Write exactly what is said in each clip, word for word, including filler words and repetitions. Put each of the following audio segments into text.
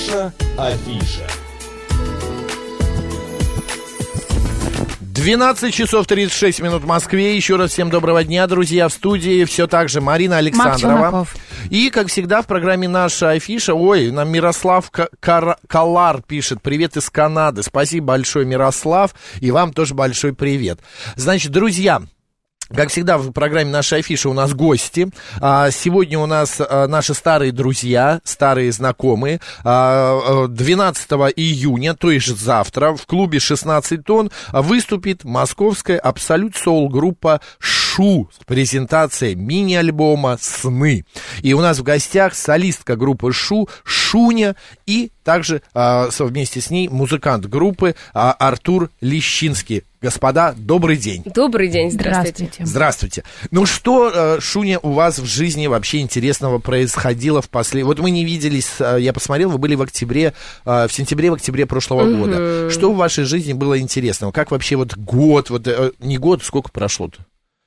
Наша афиша. двенадцать часов тридцать шесть минут в Москве. Еще раз всем доброго дня, друзья. В студии все так же Марина Александрова. И, как всегда, в программе «Наша афиша». Ой, нам Мирослав Калар пишет. Привет из Канады. Спасибо большое, Мирослав. И вам тоже большой привет. Значит, друзья... Как всегда, в программе «Наша афиша» у нас гости. Сегодня у нас наши старые друзья, старые знакомые. двенадцатого июня, то есть завтра, в клубе шестнадцать тонн выступит московская Absolute Soul группа «Шу» с презентацией мини-альбома «Сны». И у нас в гостях солистка группы «Шу» Шуня и также вместе с ней музыкант группы Артур Лещинский. Господа, добрый день. Добрый день, здравствуйте. Здравствуйте. Здравствуйте. Ну что, Шуня, у вас в жизни вообще интересного происходило в последние... Вот мы не виделись, я посмотрел, вы были в октябре, в сентябре, в октябре прошлого угу. года. Что в вашей жизни было интересного? Как вообще вот год, вот не год, сколько прошло-то?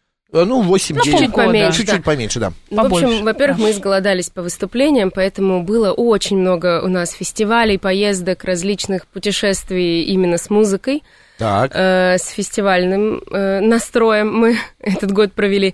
Ну, восемь-девять. Ну, чуть-чуть поменьше, Чуть-чуть да. поменьше, да. Ну, в общем, во-первых, да. мы изголодались по выступлениям, поэтому было очень много у нас фестивалей, поездок, различных путешествий именно с музыкой. Так. Э, с фестивальным э, настроем мы этот год провели.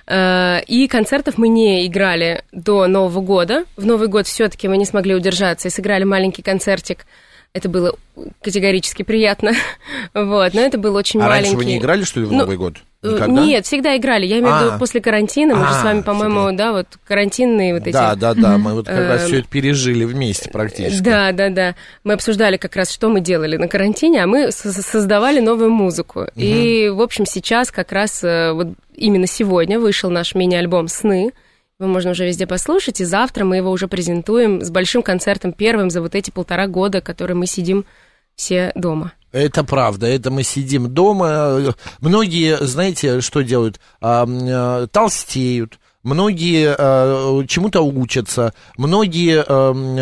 Э, и концертов мы не играли до Нового года. В Новый год все-таки мы не смогли удержаться и сыграли маленький концертик. Это было категорически приятно. Вот, но это был очень а маленький... А раньше вы не играли, что ли, в ну, Новый год? Никогда? Нет, всегда играли. Я имею в виду после карантина. Мы а, же с вами, по-моему, да, вот карантинные вот эти... Да, да, да, мы вот как раз все это пережили вместе практически. Да, да, да. Мы обсуждали как раз, что мы делали на карантине, а мы создавали новую музыку. И, в общем, сейчас как раз вот именно сегодня вышел наш мини-альбом «Сны». Его можно уже везде послушать, и завтра мы его уже презентуем с большим концертом, первым за вот эти полтора года, которые мы сидим все дома. Это правда, это мы сидим дома. Многие, знаете, что делают? Толстеют. Многие э, чему-то учатся, многие, э,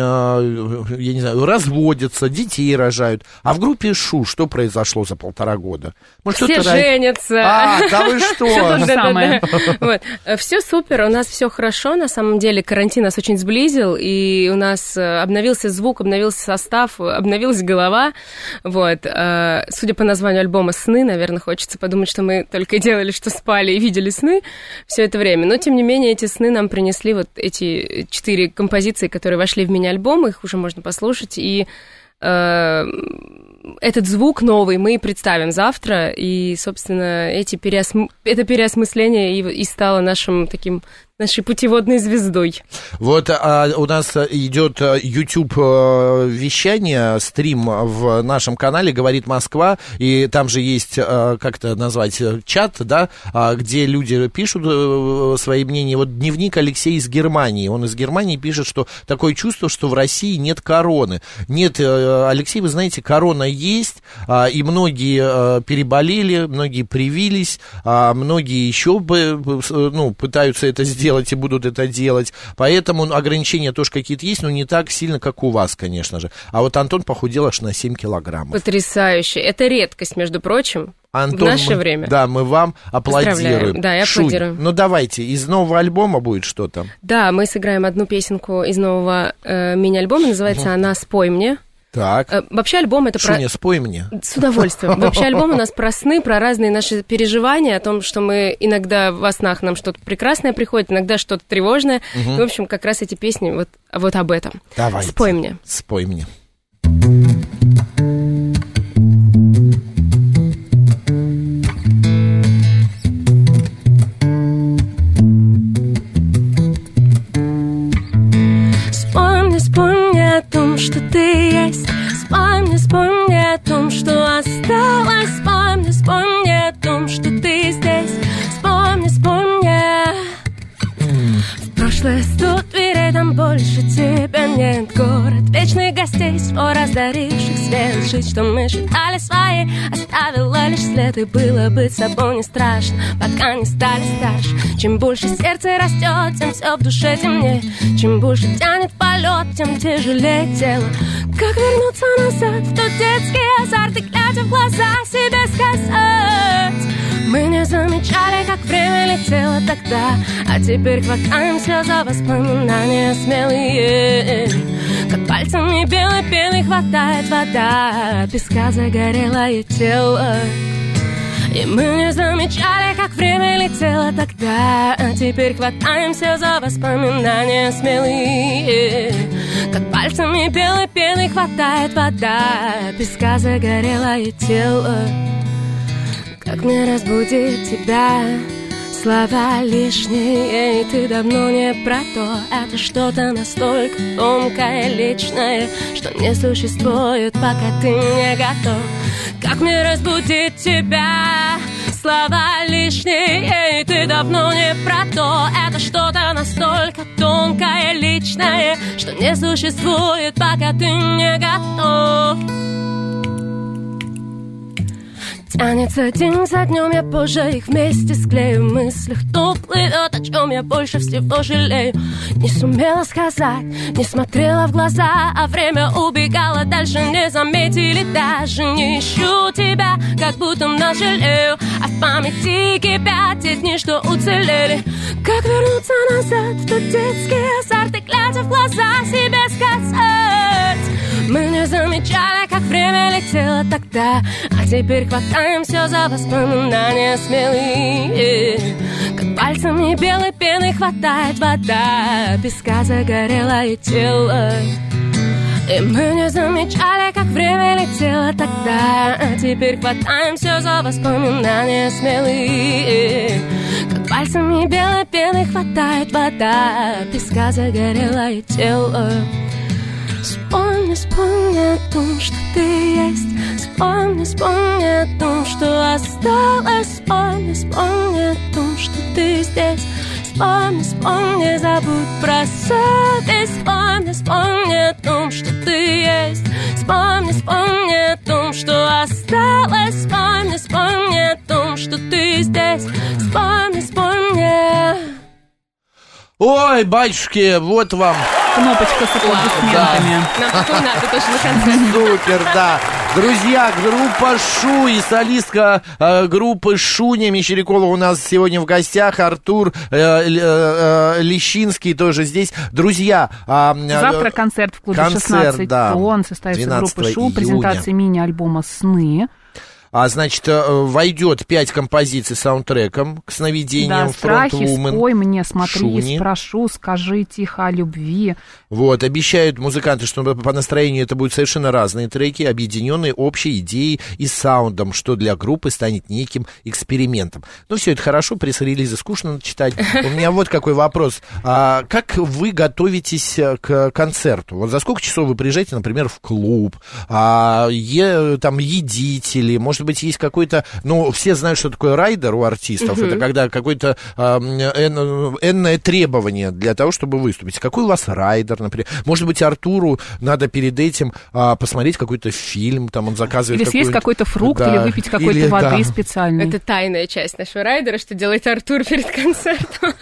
э, я не знаю, разводятся, детей рожают. А в группе «Шу» что произошло за полтора года? Может, все женятся. А, да вы что? Все то же самое. Все супер, у нас все хорошо, на самом деле. Карантин нас очень сблизил, и у нас обновился звук, обновился состав, обновилась голова. Вот. Судя по названию альбома «Сны», наверное, хочется подумать, что мы только делали, что спали и видели сны все это время. Но, тем не менее, эти сны нам принесли вот эти четыре композиции, которые вошли в мини-альбом, их уже можно послушать, и э, этот звук новый мы представим завтра, и, собственно, эти переосм... это переосмысление и, и стало нашим таким... нашей путеводной звездой. Вот а, у нас идет YouTube вещание, стрим в нашем канале «Говорит Москва», и там же есть, как это назвать, чат, да, где люди пишут свои мнения. Вот дневник Алексея из Германии. Он из Германии пишет, что такое чувство, что в России нет короны. Нет, Алексей, вы знаете, корона есть, и многие переболели, многие привились, многие еще ну, пытаются это сделать и будут это делать. Поэтому ну, ограничения тоже какие-то есть, но не так сильно, как у вас, конечно же. А вот Антон похудел аж на семь килограммов. Потрясающе. Это редкость, между прочим, Антон, в наше мы, время. Да, мы вам аплодируем. Да, я аплодирую. Шунь, ну давайте, из нового альбома будет что-то? Да, мы сыграем одну песенку из нового э, мини-альбома, называется угу. она «Спой мне». Так. Вообще альбом это Шуня, про... спой мне. С удовольствием. Вообще альбом у нас про сны, про разные наши переживания, о том, что мы иногда во снах нам что-то прекрасное приходит, иногда что-то тревожное. Угу. И, в общем, как раз эти песни вот, вот об этом. Давайте. Спой мне. Спой мне. Что ты есть. Спой мне, спой мне о том, что осталось. Спой мне, спой мне о том, что ты здесь. Спой мне, спой мне. В прошлое сто дверей, там больше тебя нет. Город вечных гостей, свой раздаривших свет. Жить, что мы считали своей, оставила лишь след. И было быть собой не страшно, пока не стали старше. Чем больше сердце растет, тем все в душе темнее. Чем больше тянет полет, тем тяжелее тело. Как вернуться назад в тот детский азарт и глядя в глаза себе сказать: мы не замечали, как время летело тогда, а теперь хватаемся за воспоминания смелые. Как пальцами белой пены хватает вода, песка загорелое тело. И мы не замечали, как время летело тогда, а теперь хватаемся за воспоминания смелые. Как пальцами белой пены хватает вода, песка загорелое тело. Как мне разбудить тебя? Слова лишние, ты давно не про то. Это что-то настолько тонкое, личное, что не существует, пока ты не готов. Как мне разбудить тебя? Слова лишние, ты давно не про то. Это что-то настолько тонкое, личное, что не существует, пока ты не готов. Тянется день за днем, я позже их вместе склею. В мыслях то плывет, о чем я больше всего жалею. Не сумела сказать, не смотрела в глаза, а время убегало дальше, не заметили даже. Не ищу тебя, как будто нас жалею, а в памяти кипят те дни, что уцелели. Как вернуться назад в тот детский азарт и, глядя в глаза, себе сказать: мы не замечали, как время летело тогда, а теперь хватаемся за воспоминания смелые. Как пальцами белой пены хватает вода, песка загорелое тело. И мы не замечали, как время летело тогда, а теперь хватаемся за воспоминания смелые. Как пальцами белой пены хватает вода, песка загорелое тело. Вспомни, вспомни о том, что ты есть. Вспомни, вспомни о том, что осталось. Вспомни, вспомни о том, что ты здесь. Вспомни, вспомни, забудь про совесть. Вспомни, вспомни о том, что ты есть. Вспомни, вспомни о том, что осталось. Вспомни, вспомни о том, что ты здесь. Вспомни, вспомни. Ой, батюшки, вот вам кнопочка с аплодисментами. Нам такое надо тоже на концерте. Супер, да. Друзья, группа Шу и солистка э, группы Шуня Мещерякова у нас сегодня в гостях. Артур э, э, э, Лещинский тоже здесь. Друзья... Э, Завтра концерт в клубе концерт, шестнадцать да, тонн состоится группы Шу. Презентация мини-альбома «Сны». А, значит, войдет пять композиций с саундтреком к сновидениям. Да, страхи, Фронтвумен, спой мне, смотри, Шуни. Спрошу, скажи тихо о любви. Вот, обещают музыканты, что по настроению это будут совершенно разные треки, объединенные общей идеей и саундом, что для группы станет неким экспериментом. Ну, все это хорошо, пресс-релизы скучно читать. У меня вот какой вопрос. А как вы готовитесь к концерту? Вот за сколько часов вы приезжаете, например, в клуб? А, е, там едите ли? Может быть, есть какой-то... Ну, все знают, что такое райдер у артистов. Uh-huh. Это когда какое-то а, эн, энное требование для того, чтобы выступить. Какой у вас райдер, например? Может быть, Артуру надо перед этим а, посмотреть какой-то фильм, там он заказывает... Или съесть какой-то фрукт, да, или выпить какой-то или, воды да. специальной. Это тайная часть нашего райдера, что делает Артур перед концертом.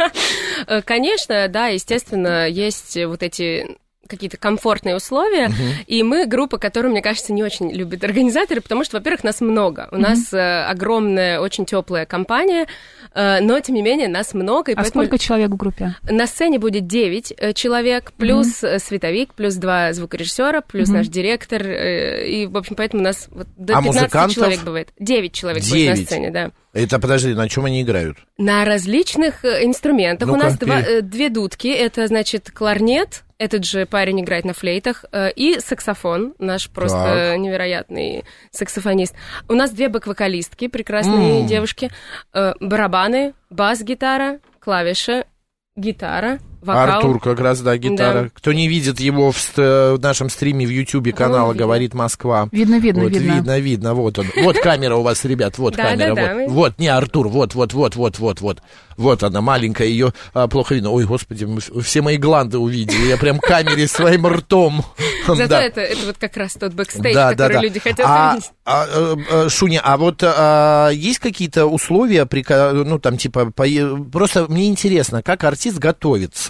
Конечно, да, естественно, есть вот эти... какие-то комфортные условия, uh-huh. и мы группа, которую, мне кажется, не очень любят организаторы, потому что, во-первых, нас много, у uh-huh. нас э, огромная, очень теплая компания, э, но, тем не менее, нас много. И а поэтому... сколько человек в группе? На сцене будет девять человек, плюс uh-huh. световик, плюс два звукорежиссера, плюс uh-huh. наш директор, э, и, в общем, поэтому у нас вот, до а пятнадцати музыкантов? Человек бывает. девять человек девять. будет на сцене, да. Это, подожди, на чем они играют? На различных инструментах. Ну-ка, у нас два, две дудки, это, значит, кларнет, этот же парень играет на флейтах, и саксофон, наш просто так. невероятный саксофонист. У нас две бэк-вокалистки, прекрасные mm. девушки, барабаны, бас-гитара, клавиши, гитара, вокал. Артур как раз, да, гитара. Да. Кто не видит его в, в нашем стриме в Ютьюбе канала «Говорит Москва». Видно, видно, вот, видно. Видно, видно, вот он. Вот камера у вас, ребят, вот да, камера. Да, вот. да, вот, не Артур, вот, вот, вот, вот, вот, вот. Вот она, маленькая, ее а, плохо видно. Ой, господи, все мои гланды увидели. Я прям камере своим ртом. Зато да. это, это вот как раз тот бэкстейдж, да, который да, да. люди хотят а, увидеть. А, а, Шуня, а вот а, есть какие-то условия, при, ну, там, типа, по, просто мне интересно, как артист готовится?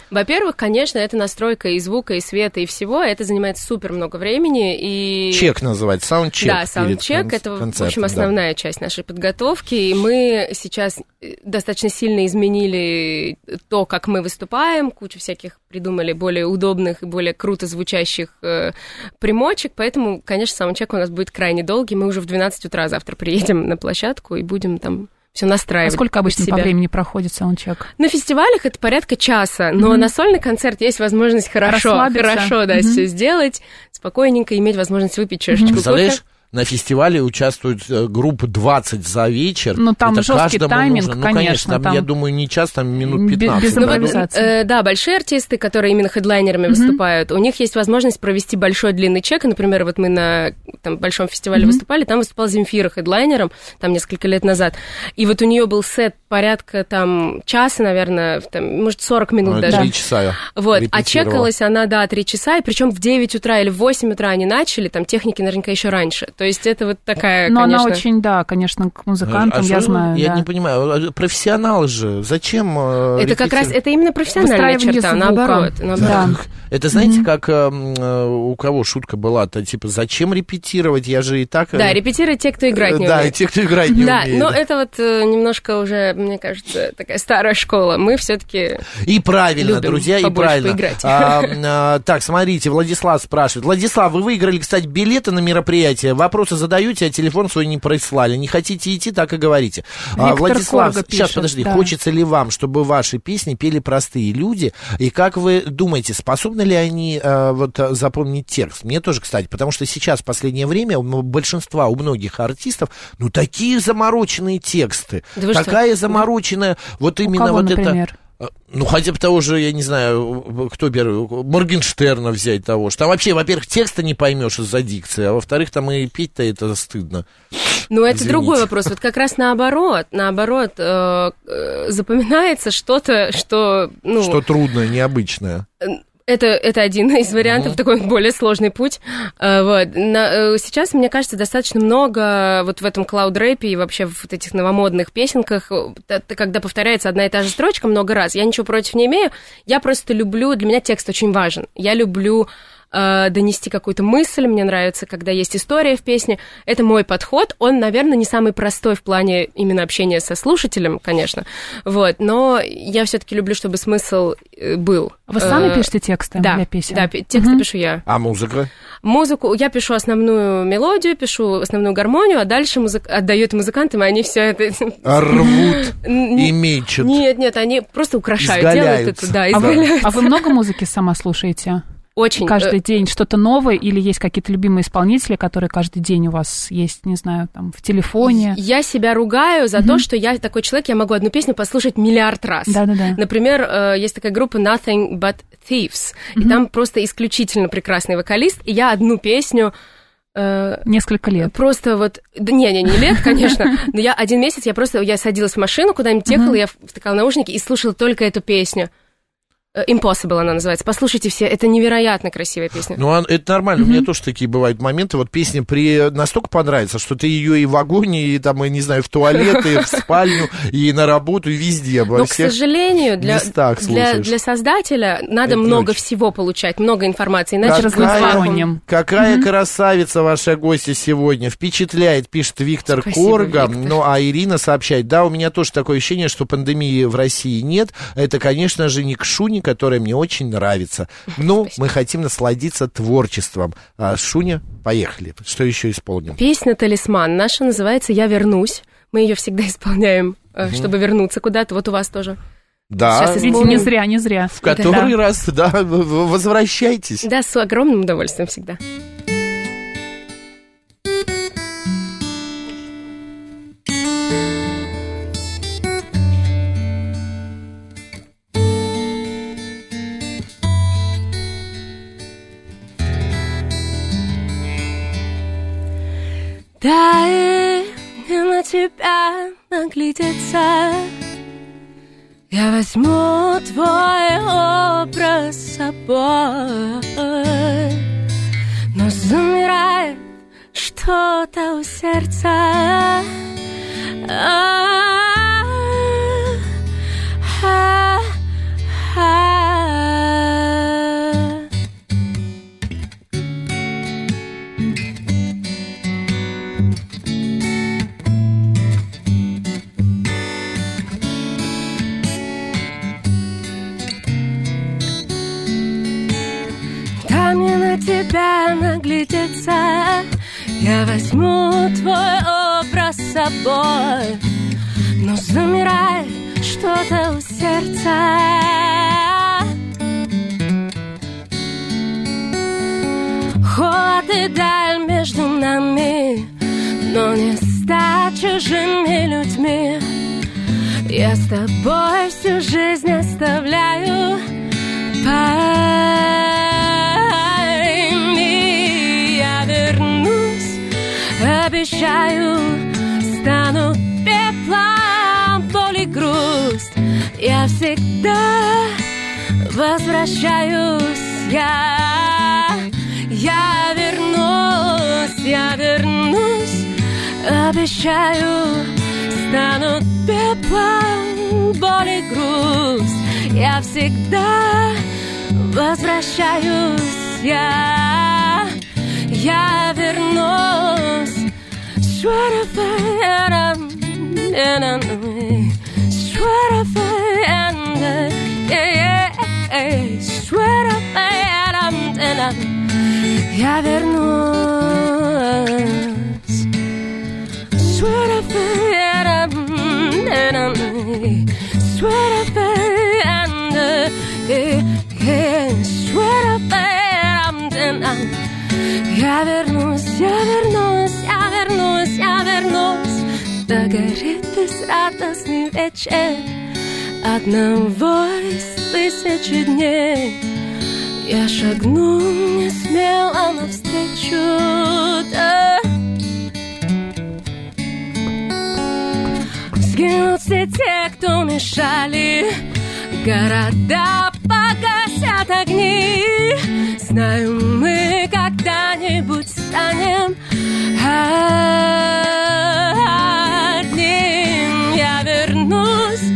Во-первых, конечно, это настройка и звука, и света, и всего. Это занимает супер много времени. И... Чек называется, саундчек. Да, саундчек. Это, в общем, основная да. часть нашей подготовки. И мы сейчас достаточно сильно изменили то, как мы выступаем. Кучу всяких придумали более удобных и более круто звучащих э, примочек. Поэтому, конечно, саундчек у нас будет крайне долгий. Мы уже в двенадцать утра завтра приедем на площадку и будем там... все настраивать. А сколько обычно по времени проходит саундчек? На фестивалях это порядка часа, но mm-hmm. на сольный концерт есть возможность хорошо, хорошо да, mm-hmm. все сделать, спокойненько иметь возможность выпить чашечку mm-hmm. кофе. На фестивале участвуют группы двадцать за вечер. Ну, там это жесткий тайминг, нужно. Ну, конечно. конечно там, там... я думаю, не час, там минут пятнадцать. Без импровизации. Ну, э, да, большие артисты, которые именно хедлайнерами mm-hmm. выступают, у них есть возможность провести большой длинный чек. Например, вот мы на там, большом фестивале mm-hmm. выступали, там выступала Земфира хедлайнером, там несколько лет назад. И вот у нее был сет порядка там часа, наверное, там, может, сорок минут ну, даже. Три часа. Вот. А чекалась она, да, три часа, и причем в девять утра или в восемь утра они начали, там техники наверняка еще раньше. То есть это вот такая, но конечно... она очень, да, конечно, к музыкантам, а я что, знаю. Я да. не понимаю, профессионалы же, зачем Это репетировать? как раз, это именно профессиональная черта, звука. наоборот. наоборот. Да. Это знаете, mm-hmm. как э, у кого шутка была-то, типа, зачем репетировать, я же и так... Да, репетируют те, кто играть не да, умеет. Да, те, кто играть не да, умеет. Да, но это вот немножко уже, мне кажется, такая старая школа. Мы все-таки И правильно, любим друзья, и правильно. Поиграть. А, а, так, смотрите, Владислав спрашивает. Владислав, вы выиграли, кстати, билеты на мероприятие. Вопросы задаете, а телефон свой не прислали. Не хотите идти, так и говорите. А, Владислав, Корга сейчас, пишет, подожди, да. хочется ли вам, чтобы ваши песни пели простые люди? И как вы думаете, способны ли они а, вот запомнить текст? Мне тоже, кстати, потому что сейчас, в последнее время, у большинства, у многих артистов, ну, такие замороченные тексты. Да такая что? замороченная, вот именно у кого, вот например? это... Ну, хотя бы того же, я не знаю, кто первый, Моргенштерна взять того, что там вообще, во-первых, текста не поймешь из-за дикции, а во-вторых, там и петь-то это стыдно. Ну, это Извините. другой вопрос. Вот как раз наоборот, наоборот, э, э, запоминается что-то, что... Ну, что трудное, необычное. Это, это один из вариантов, uh-huh. такой более сложный путь. Вот. На, сейчас, мне кажется, достаточно много вот в этом клауд-рэпе и вообще в вот этих новомодных песенках, когда повторяется одна и та же строчка много раз. Я ничего против не имею, я просто люблю, для меня текст очень важен. Я люблю э, донести какую-то мысль, мне нравится, когда есть история в песне. Это мой подход, он, наверное, не самый простой в плане именно общения со слушателем, конечно, вот, но я все-таки люблю, чтобы смысл был. Вы сами пишете тексты да, для песен? Да, тексты угу. пишу я. А музыка? Музыку, я пишу основную мелодию, пишу основную гармонию, а дальше музык... отдают музыкантам, и они все это... Рвут и мечут. Нет, нет, они просто украшают, делают это, да, изгаляются. А вы много музыки сама слушаете? Очень. Каждый день что-то новое, или есть какие-то любимые исполнители, которые каждый день у вас есть, не знаю, там, в телефоне? Я себя ругаю за mm-hmm. то, что я такой человек, я могу одну песню послушать миллиард раз. Да-да-да. Например, есть такая группа Nothing But Thieves, mm-hmm. и там просто исключительно прекрасный вокалист, и я одну песню... Несколько лет. Просто вот... Да, не, не, не лет, конечно, но я один месяц, я просто... Я садилась в машину, куда-нибудь ехала, mm-hmm. я втыкала наушники и слушала только эту песню. Impossible она называется. Послушайте все, это невероятно красивая песня. Ну, это нормально, mm-hmm. у меня тоже такие бывают моменты. Вот песня при... настолько понравится, что ты ее и в вагоне, и там, и, не знаю, в туалет, и в спальню, и на работу, и везде. Но, к сожалению, для, для, для создателя надо это много очень... всего получать, много информации, иначе разносторонним. Какая mm-hmm. красавица ваша гостья сегодня. Впечатляет, пишет Виктор Спасибо, Корга. Виктор. Ну, а Ирина сообщает, да, у меня тоже такое ощущение, что пандемии в России нет. Это, конечно же, не к Шуне, которая мне очень нравится. Ну, Спасибо. Мы хотим насладиться творчеством. А, Шуня, поехали. Что еще исполним? Песня «Талисман» наша называется «Я вернусь». Мы ее всегда исполняем, угу. чтобы вернуться куда-то. Вот у вас тоже. Да. Видите, не зря, не зря. В который да. раз, да, возвращайтесь. Да, с огромным удовольствием всегда. Дай мне на тебя наглядеться, я возьму твой образ с собой, но замирает что-то у сердца. А-а-а-а-а. тебя наглядеться, я возьму твой образ с собой. Но замирает что-то у сердца. Холод и даль между нами, но не стать чужими людьми. Я с тобой всю жизнь оставляю. Пойми, я вернусь, обещаю, стану пеплом, боль и грусть. Я всегда возвращаюсь, я, я вернусь, я вернусь, обещаю, стану пеплом, боль и грусть. Я всегда возвращаюсь, я, я вернусь. Я вернусь. Я вернусь, я вернусь, я вернусь, я вернусь. Догорит безрадостный вечер одного из тысячи дней. Я шагну не смело навстречу, да. Сгинут все те, кто мешали. Города погасят огни. Знаю, мы когда-нибудь станем одним. Я вернусь,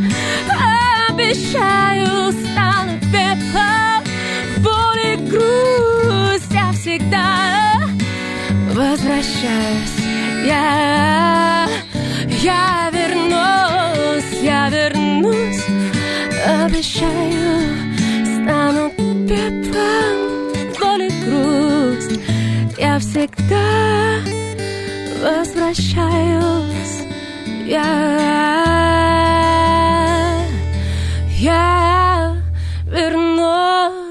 обещаю, стану пеплом, боль и грусть. Я всегда возвращаюсь. Я, я вернусь, я вернусь, обещаю, стану пеплом, боль и грусть. Я всегда возвращаюсь. Я, я вернусь.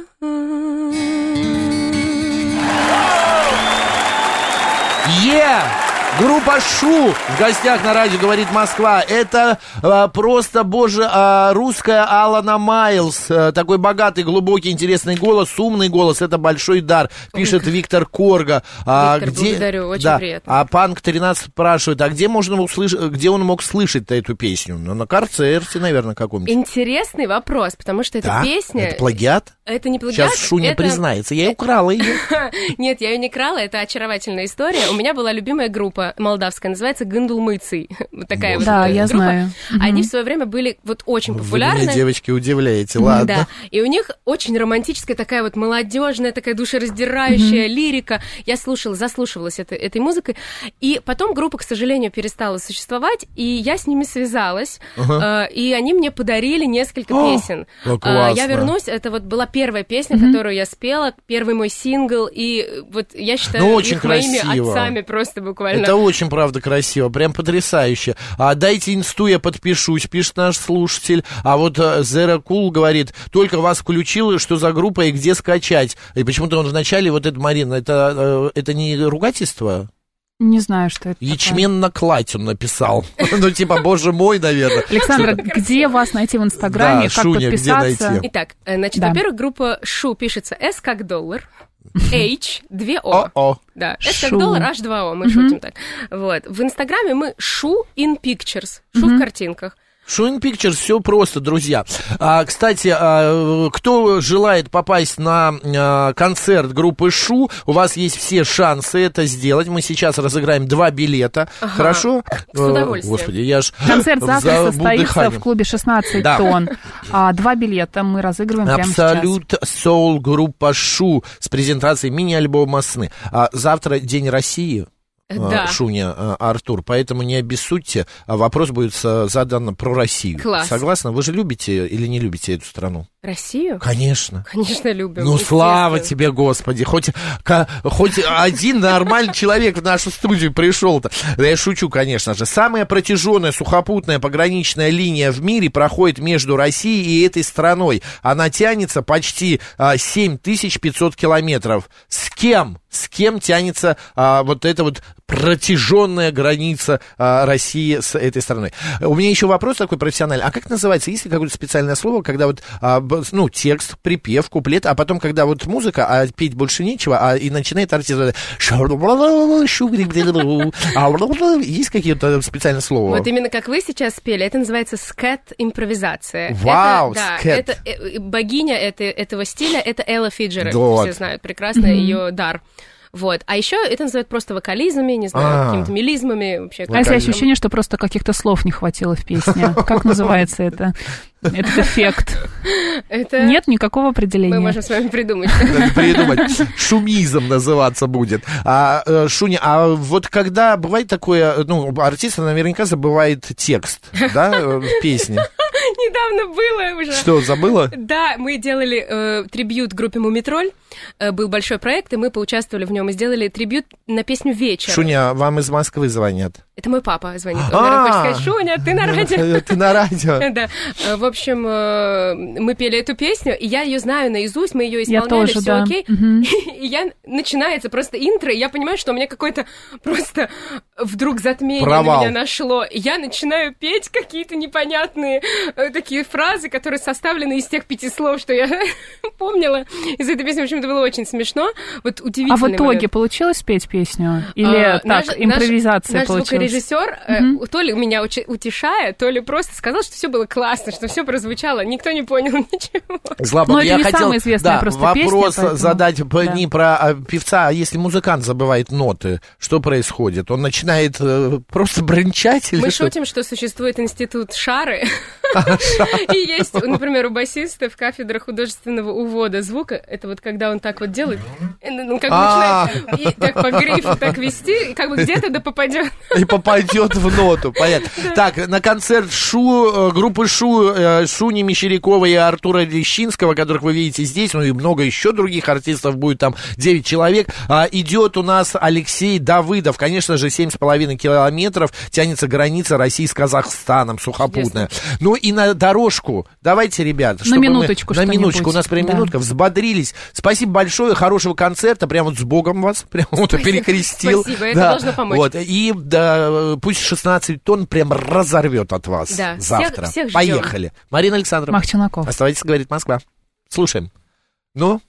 Yeah! Группа Шу в гостях на радио «Говорит Москва». Это а, просто, боже, а, русская Алана Майлз. А, такой богатый, глубокий, интересный голос, умный голос. Это большой дар, пишет Ой, Виктор Корга. А, Виктор, где... благодарю, очень да. приятно. А Панк тринадцать спрашивает, а где, можно услыш... где он мог слышать-то эту песню? Ну, на концерте, наверное, каком-нибудь. Интересный вопрос, потому что эта да? песня... Это плагиат? Это не плагиат. Сейчас Шуня это... признается, я украла ее. Нет, я ее не крала, это очаровательная история. У меня была любимая группа молдавская, называется «Гындулмыций». Вот такая вот да, я группа. Знаю. Они в свое время были вот очень популярны. Вы меня, девочки, удивляете, ладно. Да, и у них очень романтическая такая вот молодежная, такая душераздирающая mm-hmm. лирика. Я слушала, заслушивалась это, этой музыкой. И потом группа, к сожалению, перестала существовать, и я с ними связалась, uh-huh. э, и они мне подарили несколько oh, песен. Э, я вернусь, это вот была первая песня, mm-hmm. которую я спела, первый мой сингл, и вот я считаю ну, их красиво. Моими отцами просто буквально. Это очень, правда, красиво, прям потрясающе. А, дайте инсту, я подпишусь, пишет наш слушатель. А вот Зера Кул говорит, только вас включил, что за группа и где скачать. И почему-то он вначале, вот это, Марина, это, это не ругательство? Не знаю, что это Ячмень на кладь он написал. Ну, типа, боже мой, наверное. Александра, где вас найти в Инстаграме? Как подписаться? Итак, значит, во-первых, группа Шу пишется S как доллар, H, две О. Да, S как доллар, H два О, мы шутим так. Вот. В Инстаграме мы Шу in Pictures, Шу в картинках. Show in Pictures, все просто, друзья. А, кстати, а, кто желает попасть на а, концерт группы Шу, у вас есть все шансы это сделать. Мы сейчас разыграем два билета. Ага. Хорошо? С удовольствием. Господи, я ж концерт завтра состоится в клубе шестнадцать да. тонн. А, два билета мы разыгрываем прямо сейчас. Абсолют Соул группа Шу с презентацией мини-альбома «Сны». А, завтра День России. Да. Шуня, Артур, поэтому не обессудьте, вопрос будет задан про Россию. Класс. Согласна? Вы же любите или не любите эту страну? Россию? Конечно. Конечно, любим. Ну, слава тебе, Господи, хоть, хоть один нормальный человек в нашу студию пришел-то. Да я шучу, конечно же. Самая протяженная сухопутная пограничная линия в мире проходит между Россией и этой страной. Она тянется почти семь тысяч пятьсот километров. С кем? С кем тянется а, вот эта вот протяженная граница а, России с этой страной? У меня еще вопрос такой профессиональный. А как называется? Есть ли какое-то специальное слово, когда вот, а, ну, текст, припев, куплет, а потом, когда вот музыка, а петь больше нечего, а и начинает артист... Есть какие-то специальные слова? Вот именно как вы сейчас спели, это называется скэт-импровизация. Вау, это, да, скэт. это, богиня это, этого стиля, это Элла Фиджеральд. Вот. Все знают прекрасно mm-hmm. ее дар. Вот. А еще это называют просто вокализмами, не знаю, А-а-а. какими-то мелизмами. Вообще, а если ощущение, что просто каких-то слов не хватило в песне? Как называется это? Этот эффект. Это... Нет никакого определения. Мы можем с вами придумать. Придумать. Шумизм называться будет. А, Шуня, а вот когда бывает такое, ну, артист наверняка забывает текст, да, в песне. Недавно было уже. Что, забыла? Да, мы делали э, трибьют группе «Мумитроль». Э, был большой проект, и мы поучаствовали в нем и сделали трибьют на песню «Вечер». Шуня, вам из Москвы звонят? Это мой папа звонит. Он, наверное, хочет сказать: Шуня, ты на радио. Ты на радио. Да. В общем, мы пели эту песню, и я ее знаю наизусть, мы ее исполняли, все окей. И я начинается просто интро, и я понимаю, что у меня какое-то просто вдруг затмение на меня нашло. Я начинаю петь какие-то непонятные такие фразы, которые составлены из тех пяти слов, что я помнила из этой песни. В общем, это было очень смешно. Вот удивительно. А в итоге получилось спеть песню? Или так, импровизация получилась? Режиссер mm-hmm. то ли меня утешая, то ли просто сказал, что все было классно, что все прозвучало, никто не понял ничего. Злаба, но я это не хотел самая известная да, просто вопрос песня, задать поэтому... не да. про а, певца, а если музыкант забывает ноты, что происходит? Он начинает э, просто бренчать? Или Мы что? шутим, что существует институт шары, и есть, например, у басистов кафедра художественного увода звука, это вот когда он так вот делает, ну как бы начинает так по грифу так вести, и как бы где-то да попадет. И попадет в ноту, понятно. Так, на концерт Шу, группы Шу, Шуни Мещеряковой и Артура Лещинского, которых вы видите здесь, ну и много еще других артистов, будет там девять человек, идет у нас Алексей Давыдов. Конечно же, семь с половиной километров тянется граница России с Казахстаном, сухопутная. Чудесно. Ну и на дорожку, давайте, ребят, на минуточку, мы, на минуточку, у нас прям да. минутка, взбодрились. Спасибо большое, хорошего концерта, прям вот с Богом вас, прям вот перекрестил. Спасибо, это да. должно помочь. Вот. И да, пусть шестнадцать тонн прям разорвет от вас да. завтра. Всех, всех Поехали. ждем. Марина Александровна. Мах Челноков. Оставайтесь, говорит Москва. Слушаем. Ну?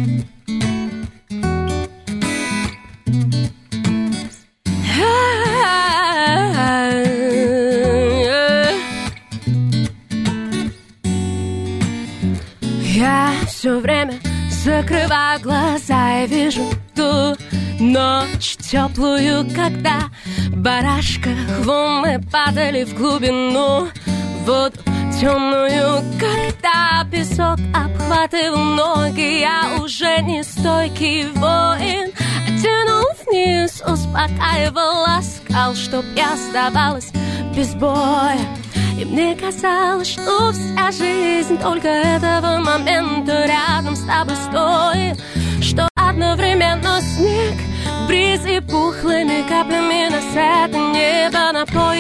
Я все время закрываю глаза и вижу ту ночь теплую, когда в барашках вон мы падали в глубину, воду темную, когда песок обхватывал ноги. Я уже не стойкий воин, тянул вниз, успокаивал, ласкал, чтоб я сдавалась без боя. И мне казалось, что вся жизнь только этого момента рядом с тобой стоит, что одновременно снег, бриз и пухлыми каплями нас это небо напоит.